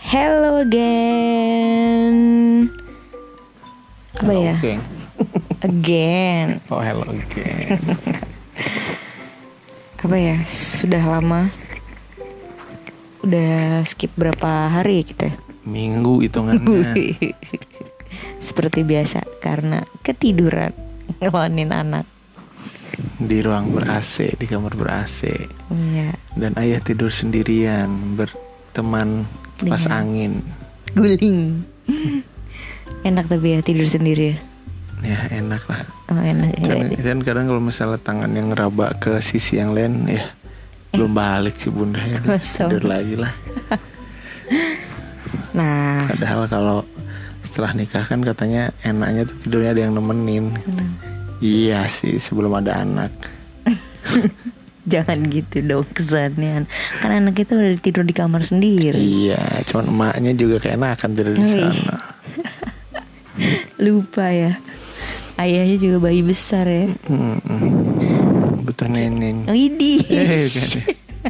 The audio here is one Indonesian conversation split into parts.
Hello again. Apa Hello ya? Again. Again. Oh, hello again. Apa ya? Sudah lama. Udah skip berapa hari ya kita? Minggu hitungannya. Seperti biasa karena ketiduran ngelonin anak. Di ruang ber-AC, di kamar ber-AC. Iya. Dan ayah tidur sendirian berteman kipas Dengan angin. guling. Enak tapi ya tidur sendiri ya. Ya enak lah. Oh enak ya. Dan kadang kalau misalnya tangan yang ngeraba ke sisi yang lain, ya belum balik sih bunda ya. Tidur lagi lah. Nah. Padahal kalau setelah nikah kan katanya enaknya tuh tidurnya ada yang nemenin. Iya sih sebelum ada anak. Jangan gitu dong kesannya. Kan anak kita udah tidur di kamar sendiri. Iya, cuman emaknya juga keenakan tidur di sana. Lupa ya. Ayahnya juga bayi besar ya. Butuh neneng. Widih. Kan.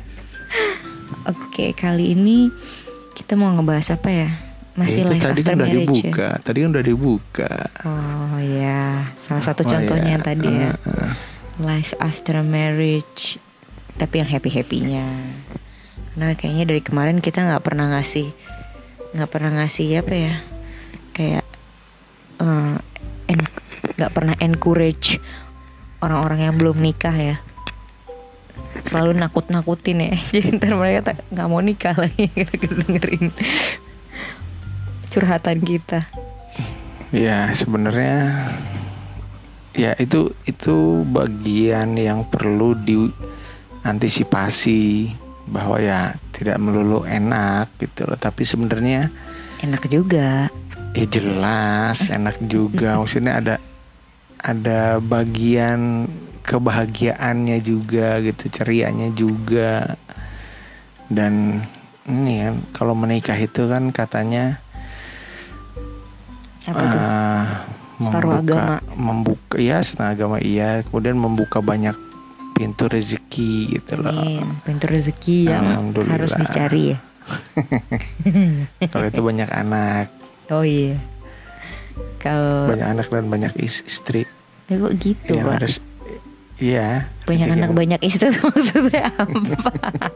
Oke, kali ini kita mau ngebahas apa ya? Masih life tadi after kan udah marriage dibuka. ya? Tadi kan udah dibuka. Oh ya, salah satu contohnya yang tadi ya. Life after marriage. Tapi yang happy-happynya. Karena kayaknya dari kemarin kita nggak pernah ngasih apa ya? Kayak nggak pernah encourage orang-orang yang belum nikah ya. Selalu nakut-nakutin ya. Jadi ntar mereka nggak mau nikah lagi gara-gara dengerin curhatan kita. Ya sebenarnya ya itu bagian yang perlu diantisipasi bahwa ya tidak melulu enak gitu loh, tapi sebenarnya Enak juga. Jelas enak juga. Maksudnya ada bagian kebahagiaannya juga gitu, cerianya juga. Dan ini kan kalau menikah itu kan katanya membuka ya setengah agama iya, kemudian membuka banyak pintu rezeki gitu loh. Pintu rezeki yang harus dicari ya. Kalau itu banyak anak. Oh iya. Kalau banyak anak dan banyak istri. Ya kok gitu ya, Pak? Harus, iya. Banyak anak banyak istri itu maksudnya apa?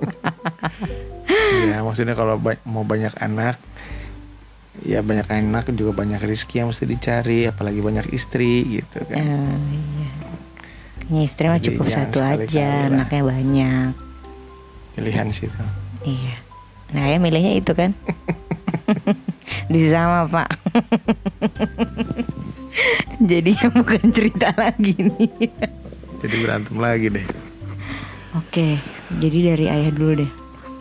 Ya maksudnya kalau mau banyak anak, ya banyak anak juga banyak rezeki yang mesti dicari, apalagi banyak istri gitu kan. Iya. Kayaknya istri mah cukup satu aja, anaknya banyak. Pilihan sih itu. Iya. Nah ya milihnya itu kan. Di sama Pak. Jadinya bukan cerita lagi nih. Jadi berantem lagi deh. Oke, jadi dari ayah dulu deh.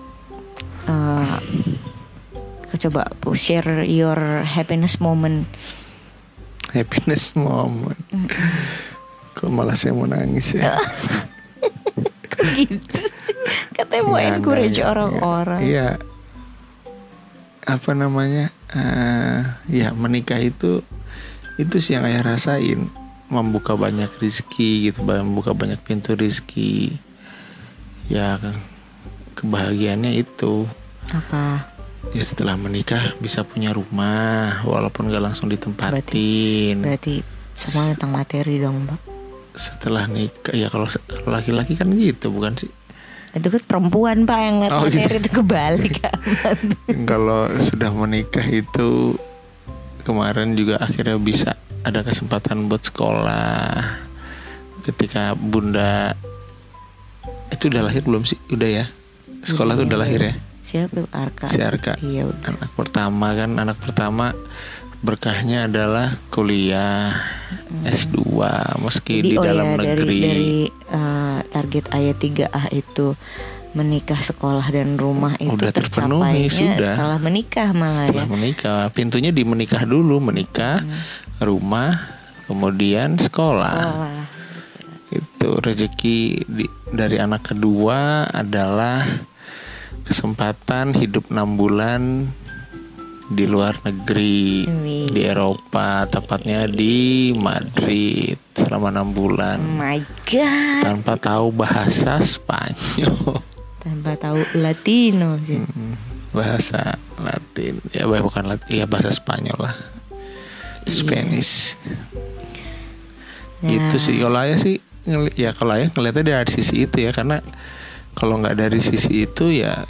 Coba share your happiness moment. Happiness moment. Kok malah saya mau nangis ya. Kok gitu sih? Katanya mau encourage orang-orang. Iya. Apa namanya? Ya menikah itu sih yang ayah rasain, membuka banyak rezeki gitu, membuka banyak pintu rezeki. Ya kebahagiaannya itu. Apa? Ya setelah menikah bisa punya rumah walaupun gak langsung ditempatin. Berarti semua tentang materi dong Pak. Setelah nikah ya kalau laki-laki kan gitu bukan sih? Itu kan perempuan Pak yang ngeliat materi gitu. Itu kebalik amat. Kalau sudah menikah itu kemarin juga akhirnya bisa ada kesempatan buat sekolah. Ketika bunda itu udah lahir belum sih? Udah ya. Sekolah tuh udah lahir ya. Siapa? Arka. Si Arka. Iya, anak pertama berkahnya adalah kuliah S2 meski jadi, di dalam negeri. Dari target ayat 3A itu menikah, sekolah dan rumah itu udah terpenuhi sudah. Setelah menikah malah setelah menikah pintunya di menikah dulu, menikah, rumah, kemudian sekolah. Itu rezeki dari anak kedua adalah kesempatan hidup 6 bulan di luar negeri. Di Eropa, tepatnya di Madrid selama 6 bulan. Oh my god. Tanpa tahu bahasa Spanyol. Tanpa tahu Latino sih. bahasa Latin ya, bukan Latin ya, bahasa Spanyol lah, Spanish. Itu sih kalau ayah sih kalau ayah ngeliatnya dari sisi itu ya, karena kalau nggak dari sisi itu ya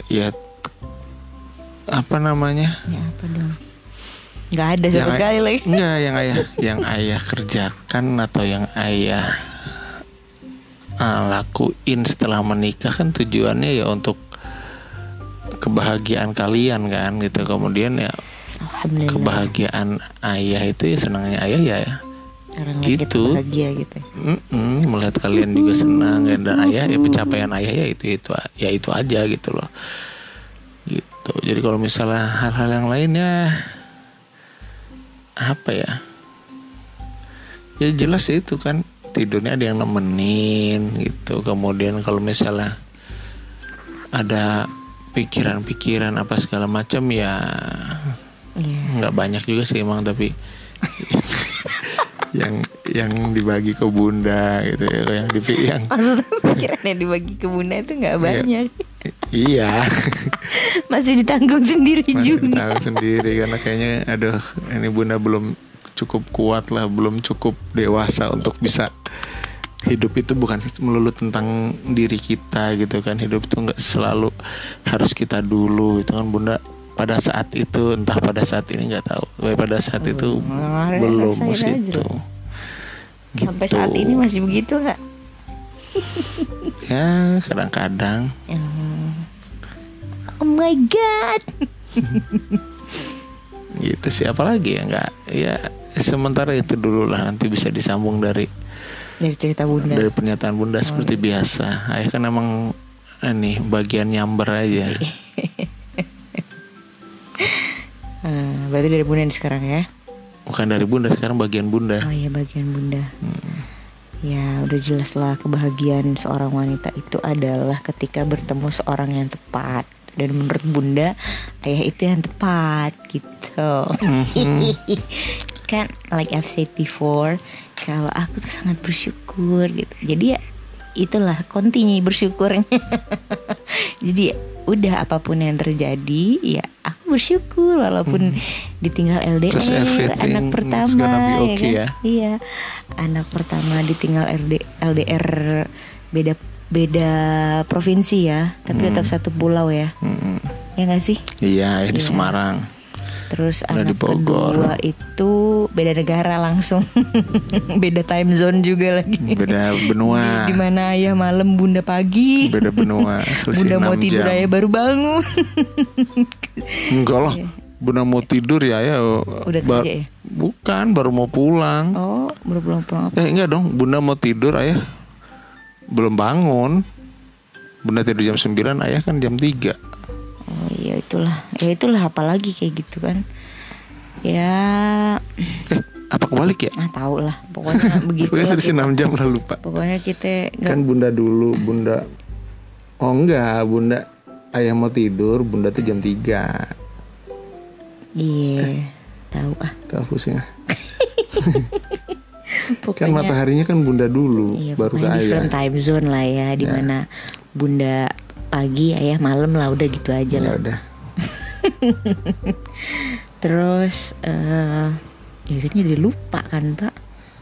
apa namanya ya apa dong, nggak ada sama sekali lagi. Enggak, yang ayah kerjakan atau yang ayah lakuin setelah menikah kan tujuannya ya untuk kebahagiaan kalian kan gitu. Kemudian ya kebahagiaan ayah itu ya, senangnya ayah ya orang itu bahagia gitu. Melihat kalian juga senang, dan ayah ya pencapaian ayah ya itu aja gitu loh gitu. Jadi kalau misalnya hal-hal yang lainnya apa ya jelas ya itu kan tidurnya ada yang nemenin gitu. Kemudian kalau misalnya ada pikiran-pikiran apa segala macam ya nggak banyak juga sih emang, tapi yang dibagi ke bunda gitu ya, yang maksudnya pikiran yang dibagi ke bunda itu nggak banyak. Iya. Masih ditanggung sendiri Masih juga. ditanggung sendiri karena kayaknya aduh ini bunda belum cukup kuat lah, belum cukup dewasa untuk bisa. Hidup itu bukan melulu tentang diri kita gitu kan. Hidup itu nggak selalu harus kita dulu itu kan bunda. Pada saat itu entah pada saat ini nggak tahu. Pada saat itu belum situ. Gitu. Sampai saat ini masih begitu nggak? Ya kadang-kadang. Oh my god. Gitu sih, apalagi ya nggak ya sementara itu dulu lah, nanti bisa disambung dari cerita bunda, dari pernyataan bunda seperti biasa. Ayah kan emang ini bagian nyamber aja. Berarti dari bunda sekarang ya? Bukan dari bunda, sekarang bagian bunda. Oh iya, bagian bunda. Ya udah jelas lah, kebahagiaan seorang wanita itu adalah ketika bertemu seorang yang tepat. Dan menurut bunda, ayah itu yang tepat gitu. Kan like I've said before, kalau aku tuh sangat bersyukur gitu. Jadi ya itulah continue bersyukurnya. Jadi udah apapun yang terjadi ya aku bersyukur, walaupun ditinggal LDR anak pertama ya kan? Ya? Iya, anak pertama ditinggal LDR beda provinsi ya, tapi tetap satu pulau ya. Ya nggak sih? Iya, di Semarang. Terus anak kedua itu beda negara langsung. Beda time zone juga lagi. Beda benua. Di mana ayah malam, bunda pagi. Beda benua. Bunda mau tidur, ayah baru bangun. Enggak lah. Bunda mau tidur ya ayah. Udah kerja ya? Bukan, baru mau pulang. Oh, baru pulang apa? Enggak dong, bunda mau tidur, ayah belum bangun. Bunda tidur jam 9, ayah kan jam 3. Oh iya, itulah apalagi kayak gitu kan. Ya apa kebalik ya? Tahu lah, pokoknya begitu. Pokoknya selisih 6 jam lah, lupa. Pokoknya kita kan bunda dulu, bunda. Oh enggak, bunda ayah mau tidur, bunda tuh jam 3. Iya, tahu Tahu pusing. Kan mataharinya kan bunda dulu, iya, baru ke ayah. Different time zone lah ya, di mana bunda pagi, ayah malam lah, udah gitu aja lah. Udah. Terus akhirnya dia lupa kan Pak.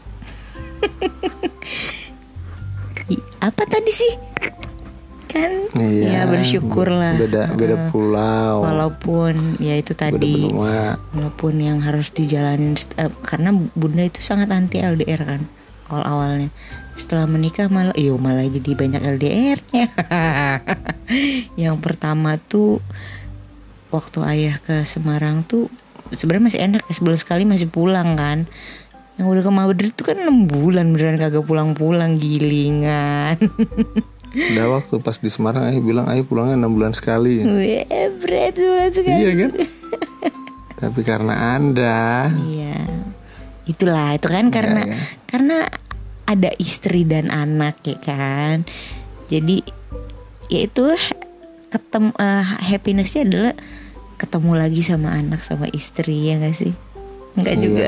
Apa tadi sih? Kan ya bersyukur lah. Beda pulau. Walaupun ya itu tadi. Walaupun yang harus dijalanin karena bunda itu sangat anti LDR kan awal-awalnya. Setelah menikah malah jadi banyak LDR-nya. Yang pertama tuh waktu ayah ke Semarang tuh sebenarnya masih enak ya, sebulan sekali masih pulang kan. Yang udah ke Madrid tuh kan 6 bulan beneran kagak pulang-pulang, gilingan. Udah waktu pas di Semarang ayah bilang ayah pulangnya 6 bulan sekali. Berat banget sekali. Iya kan? Tapi karena Anda. Iya. Itulah, itu kan karena ada istri dan anak ya kan. Jadi ya itu ketemu happinessnya adalah ketemu lagi sama anak sama istri, ya nggak sih? Enggak juga.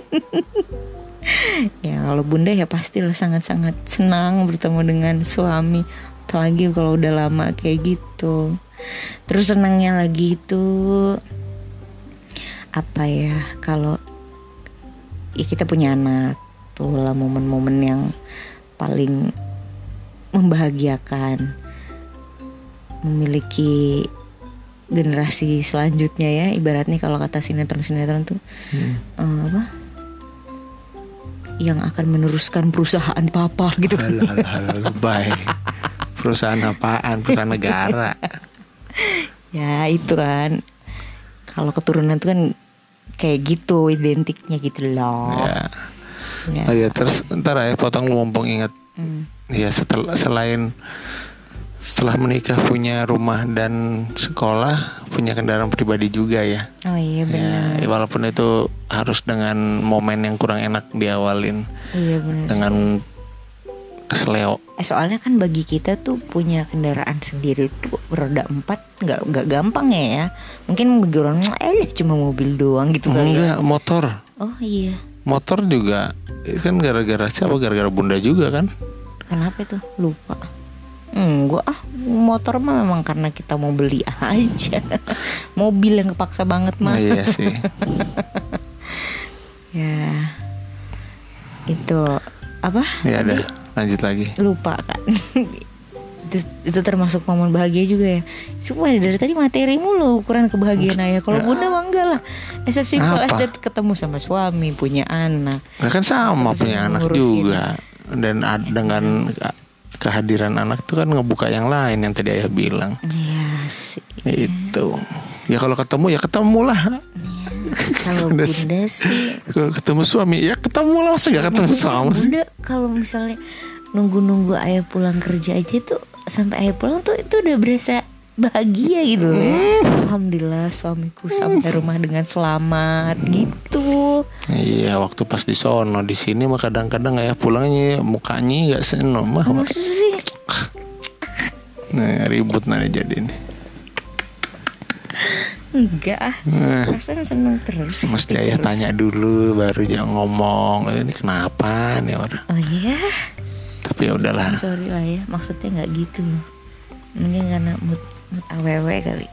Ya kalau bunda ya pastilah sangat-sangat senang bertemu dengan suami, apalagi kalau udah lama kayak gitu. Terus senangnya lagi itu apa ya, kalau ya kita punya anak, tuh lah momen-momen yang paling membahagiakan. Memiliki generasi selanjutnya ya, ibaratnya kalau kata sinetron tuh apa, yang akan meneruskan perusahaan papa gitu kan. Lebay. Perusahaan apaan? Perusahaan negara. Ya itu kan, kalau keturunan tuh kan kayak gitu identiknya gitu loh. Ya. Oh ya, terus ntar ya potong lu mumpung ingat. Ya setelah menikah punya rumah dan sekolah, punya kendaraan pribadi juga ya. Oh iya benar. Ya, walaupun itu harus dengan momen yang kurang enak diawalin. Iya benar. Dengan kesleo. Soalnya kan bagi kita tuh punya kendaraan sendiri tuh roda 4 nggak gampang ya. Mungkin bagi orang cuma mobil doang gitu kali. Enggak, motor. Oh iya. Motor juga kan gara-gara siapa? Gara-gara bunda juga kan? Kenapa itu? Lupa. Enggak motor mah memang karena kita mau beli aja. Mobil yang kepaksa banget mah. Iya sih. Ya. Itu apa? Ya udah, lanjut lagi. Lupa kan. itu termasuk momen bahagia juga ya. Semua dari tadi materi mulu ukuran kebahagiaan ayah. Kalau bunda mah enggak lah. Sesimpel as that, ketemu sama suami, punya anak. Nah, kan sama punya anak juga. Dan dengan kehadiran anak tuh kan ngebuka yang lain yang tadi ayah bilang. Iya sih. Itu. Ya kalau ketemu ya ketemu lah. Ya, kalau bunda sih. Kalau ketemu suami ya ketemu lah, masa gak ketemu sama sih. Bunda kalau misalnya nunggu ayah pulang kerja aja tuh, sampai ayah pulang tuh itu udah berasa bahagia gitu ya. Alhamdulillah suamiku sampai rumah dengan selamat gitu. Iya, waktu pas di sono, di sini mah kadang-kadang ayah pulangnya mukanya nggak seneng mah. Maksud sih? Nah, ribut nanti jadi nih. Enggak, rasanya seneng terus. Mesti ayah terus tanya dulu baru jangan ngomong. Ini kenapa nih orang? Oh iya. Tapi ya udahlah. Sorry lah ya, maksudnya nggak gitu. Mungkin karena mood aww kali.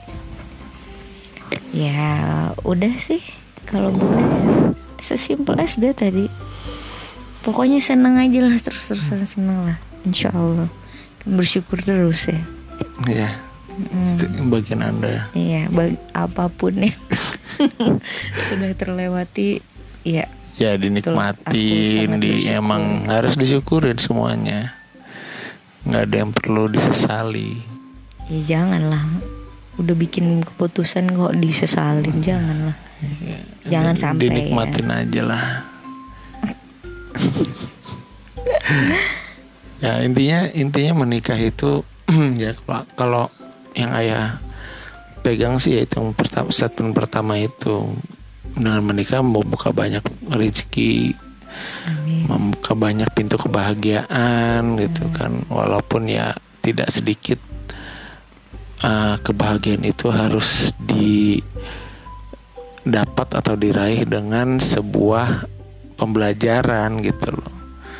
Ya udah sih, kalau bunda sesimpel as that tadi. Pokoknya senang aja lah, terus-terusan senang lah. Insya Allah. Bersyukur terus ya. Iya. Itu bagian Anda. Iya, apapun ya sudah terlewati, ya. Ya dinikmatin, emang harus disyukurin semuanya. Nggak ada yang perlu disesali. Ya janganlah, udah bikin keputusan kok disesalin, janganlah. Ya, jangan sampai. Dinikmatin ya aja lah. Ya intinya menikah itu ya kalau yang ayah pegang sih ya itu yang statement pertama itu, dengan menikah membuka banyak rezeki, membuka banyak pintu kebahagiaan gitu kan. Walaupun ya tidak sedikit kebahagiaan itu harus didapat atau diraih dengan sebuah pembelajaran gitu loh.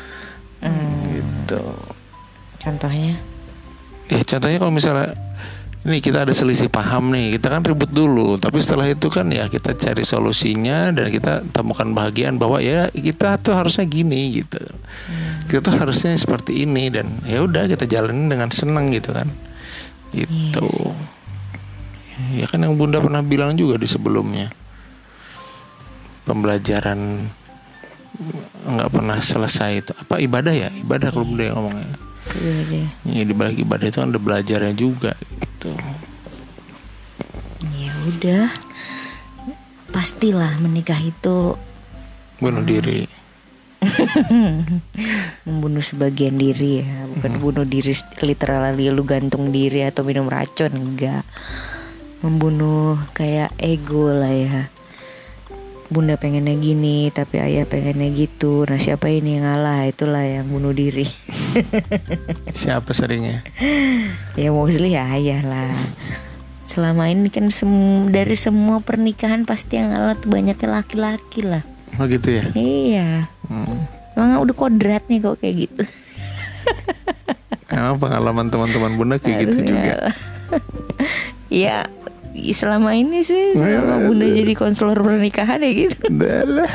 Gitu. Contohnya? Ya contohnya kalau misalnya ini kita ada selisih paham nih, kita kan ribut dulu, tapi setelah itu kan ya kita cari solusinya dan kita temukan bahagian bahwa ya kita tuh harusnya gini gitu. Kita tuh harusnya seperti ini dan ya udah kita jalanin dengan senang gitu kan. Gitu. Yes. Ya kan yang bunda pernah bilang juga di sebelumnya, pembelajaran nggak pernah selesai itu apa ibadah ya, ibadah kalau bunda yang ngomongnya. Ya di balik ibadah itu kan ada belajarnya juga gitu. Ya udah, pastilah menikah itu bunuh diri. Membunuh sebagian diri ya, bukan bunuh diri literally lu gantung diri atau minum racun, enggak. Membunuh kayak ego lah ya. Bunda pengennya gini tapi ayah pengennya gitu. Nah siapa ini yang ngalah, itulah yang bunuh diri. Siapa seringnya? Ya mostly ya ayah lah. Selama ini kan dari semua pernikahan pasti yang ngalah tuh banyaknya laki-laki lah. Oh gitu ya? Iya. Emang udah kodrat nih kok kayak gitu. Emang pengalaman teman-teman bunda kayak gitu juga. Ya selama ini sih selama bunda jadi konselor pernikahan ya gitu. Udah lah.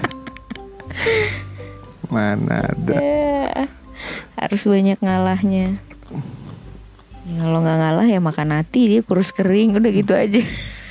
Mana ada. Ya, harus banyak ngalahnya. Ya, kalau nggak ngalah ya makan hati, dia kurus kering, udah gitu aja.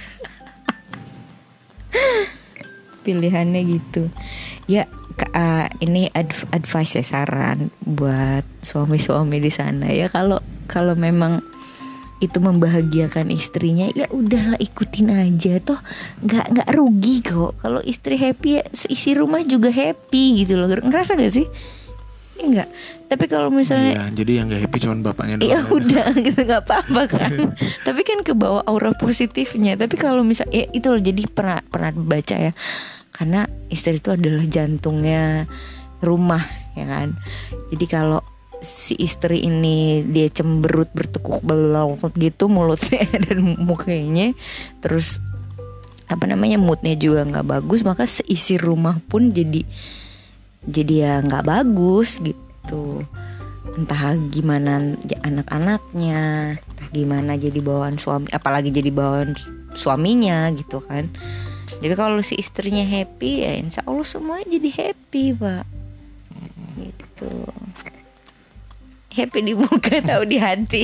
Pilihannya gitu. Ya ini advice ya, saran buat suami-suami di sana ya, kalau memang itu membahagiakan istrinya ya udahlah ikutin aja, toh nggak rugi kok kalau istri happy ya, seisi rumah juga happy gitu loh, ngerasa gak sih? Enggak. Tapi kalau misalnya jadi yang nggak happy cuma bapaknya doang. Ya udah gitu nggak apa-apa kan. Tapi kan kebawa aura positifnya. Tapi kalau misalnya ya itu loh, jadi pernah baca ya, karena istri itu adalah jantungnya rumah ya kan. Jadi kalau si istri ini dia cemberut, bertekuk belokot gitu mulutnya dan mukanya, terus moodnya juga nggak bagus, maka seisi rumah pun jadi ya nggak bagus gitu. Entah gimana anak-anaknya, entah gimana jadi bawaan suami, apalagi jadi bawaan suaminya gitu kan. Jadi kalau si istrinya happy ya insya Allah semuanya jadi happy pak gitu. Happy di muka tahu di hati.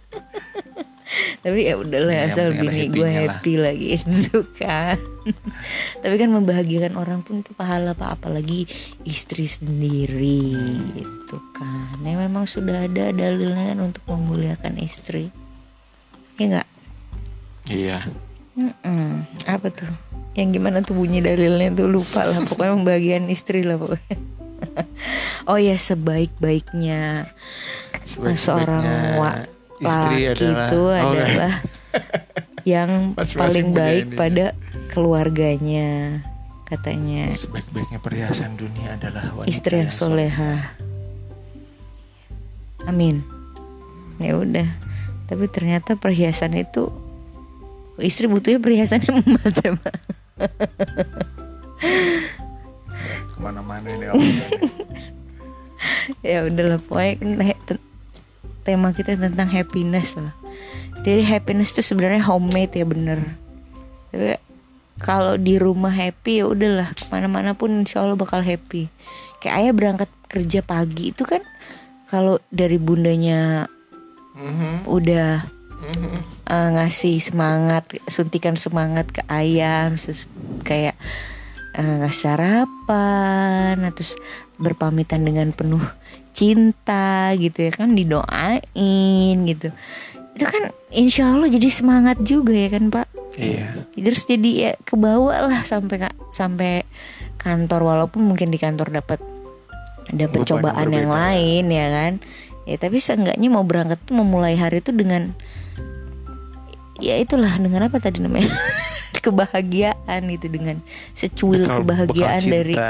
Tapi ya udahlah, asal bini gue happy lah gitu kan. Tapi kan membahagiakan orang pun itu pahala pak, apalagi istri sendiri gitu kan. Ya memang sudah ada dalilnya kan untuk memuliakan istri, ya enggak? Iya. Apa tuh? Yang gimana tuh bunyi dalilnya tuh, lupa lah. Pokoknya membahagiakan istri lah pokoknya. Oh ya, sebaik-baiknya seorang laki itu adalah yang paling baik pada keluarganya, katanya. Sebaik-baiknya perhiasan dunia adalah wanita istri yang soleha. Amin. Ya udah. Tapi ternyata perhiasan itu, istri butuhnya perhiasan yang emas ya Pak. Kemana-mana ini orang. Ya udahlah, pokoknya tema kita tentang happiness lah. Jadi happiness itu sebenarnya homemade ya, bener. Tapi kalau di rumah happy ya udahlah, kemana-mana pun insya Allah bakal happy. Kayak ayah berangkat kerja pagi itu kan, kalau dari bundanya udah ngasih semangat, suntikan semangat ke ayah, terus kayak ngasih sarapan, terus berpamitan dengan penuh cinta gitu ya kan, didoain gitu. Itu kan insya Allah jadi semangat juga ya kan Pak. Iya. Terus jadi ya kebawa lah sampai kantor, walaupun mungkin di kantor dapat cobaan yang lain ya kan. Ya tapi seenggaknya mau berangkat tuh, memulai hari itu dengan ya itulah, dengan apa tadi namanya? Kebahagiaan gitu, dengan secuil kebahagiaan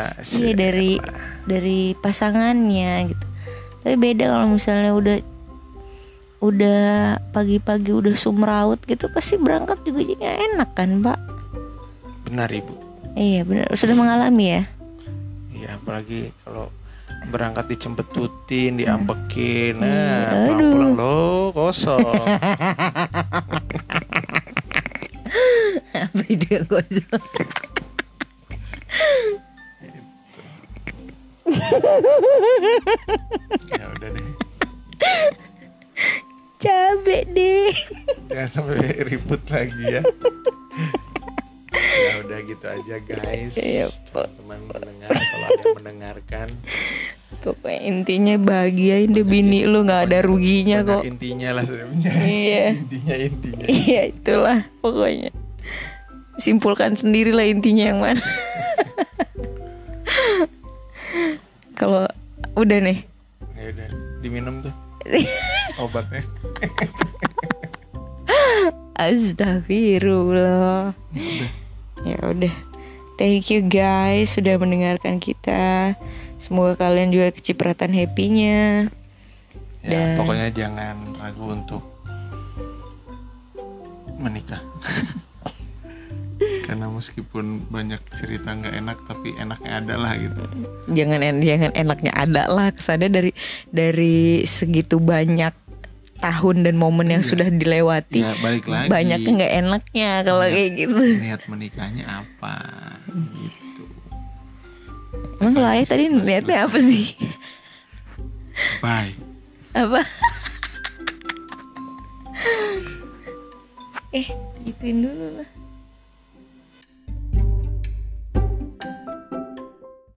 dari pasangannya gitu. Tapi beda kalau misalnya udah pagi-pagi udah sumraut gitu, pasti berangkat juga jadi gak enak kan Pak. Benar Ibu. Iya benar, sudah mengalami ya. Iya, apalagi kalau berangkat dicembetutin, diambekin, pulang-pulang lo kosong. Apa itu yang kosong? Ya udah deh. Capek deh. Jangan sampai ribut lagi ya. Ya udah gitu aja guys. Ya, teman mendengar, kalau ada yang mendengarkan, pokoknya intinya bahagiain deh bini lu, nggak ada ruginya kok. Intinya lah sebenarnya. Iya. Intinya. Iya itulah pokoknya. Simpulkan sendirilah intinya yang mana. Kalau udah nih. Ya udah, diminum tuh obatnya. Astagfirullah. Ya udah. Thank you guys sudah mendengarkan kita. Semoga kalian juga kecipratan happy-nya. Ya, pokoknya jangan ragu untuk menikah. Karena meskipun banyak cerita nggak enak, tapi enaknya ada lah gitu. Jangan enaknya ada lah. Kesannya dari segitu banyak tahun dan momen yang sudah dilewati. Ya, balik lagi. Banyak nggak enaknya kalau kayak gitu. Niat menikahnya apa gitu. Emang kalau ayah tadi niatnya apa sih? Bye. Apa? Gituin dulu lah.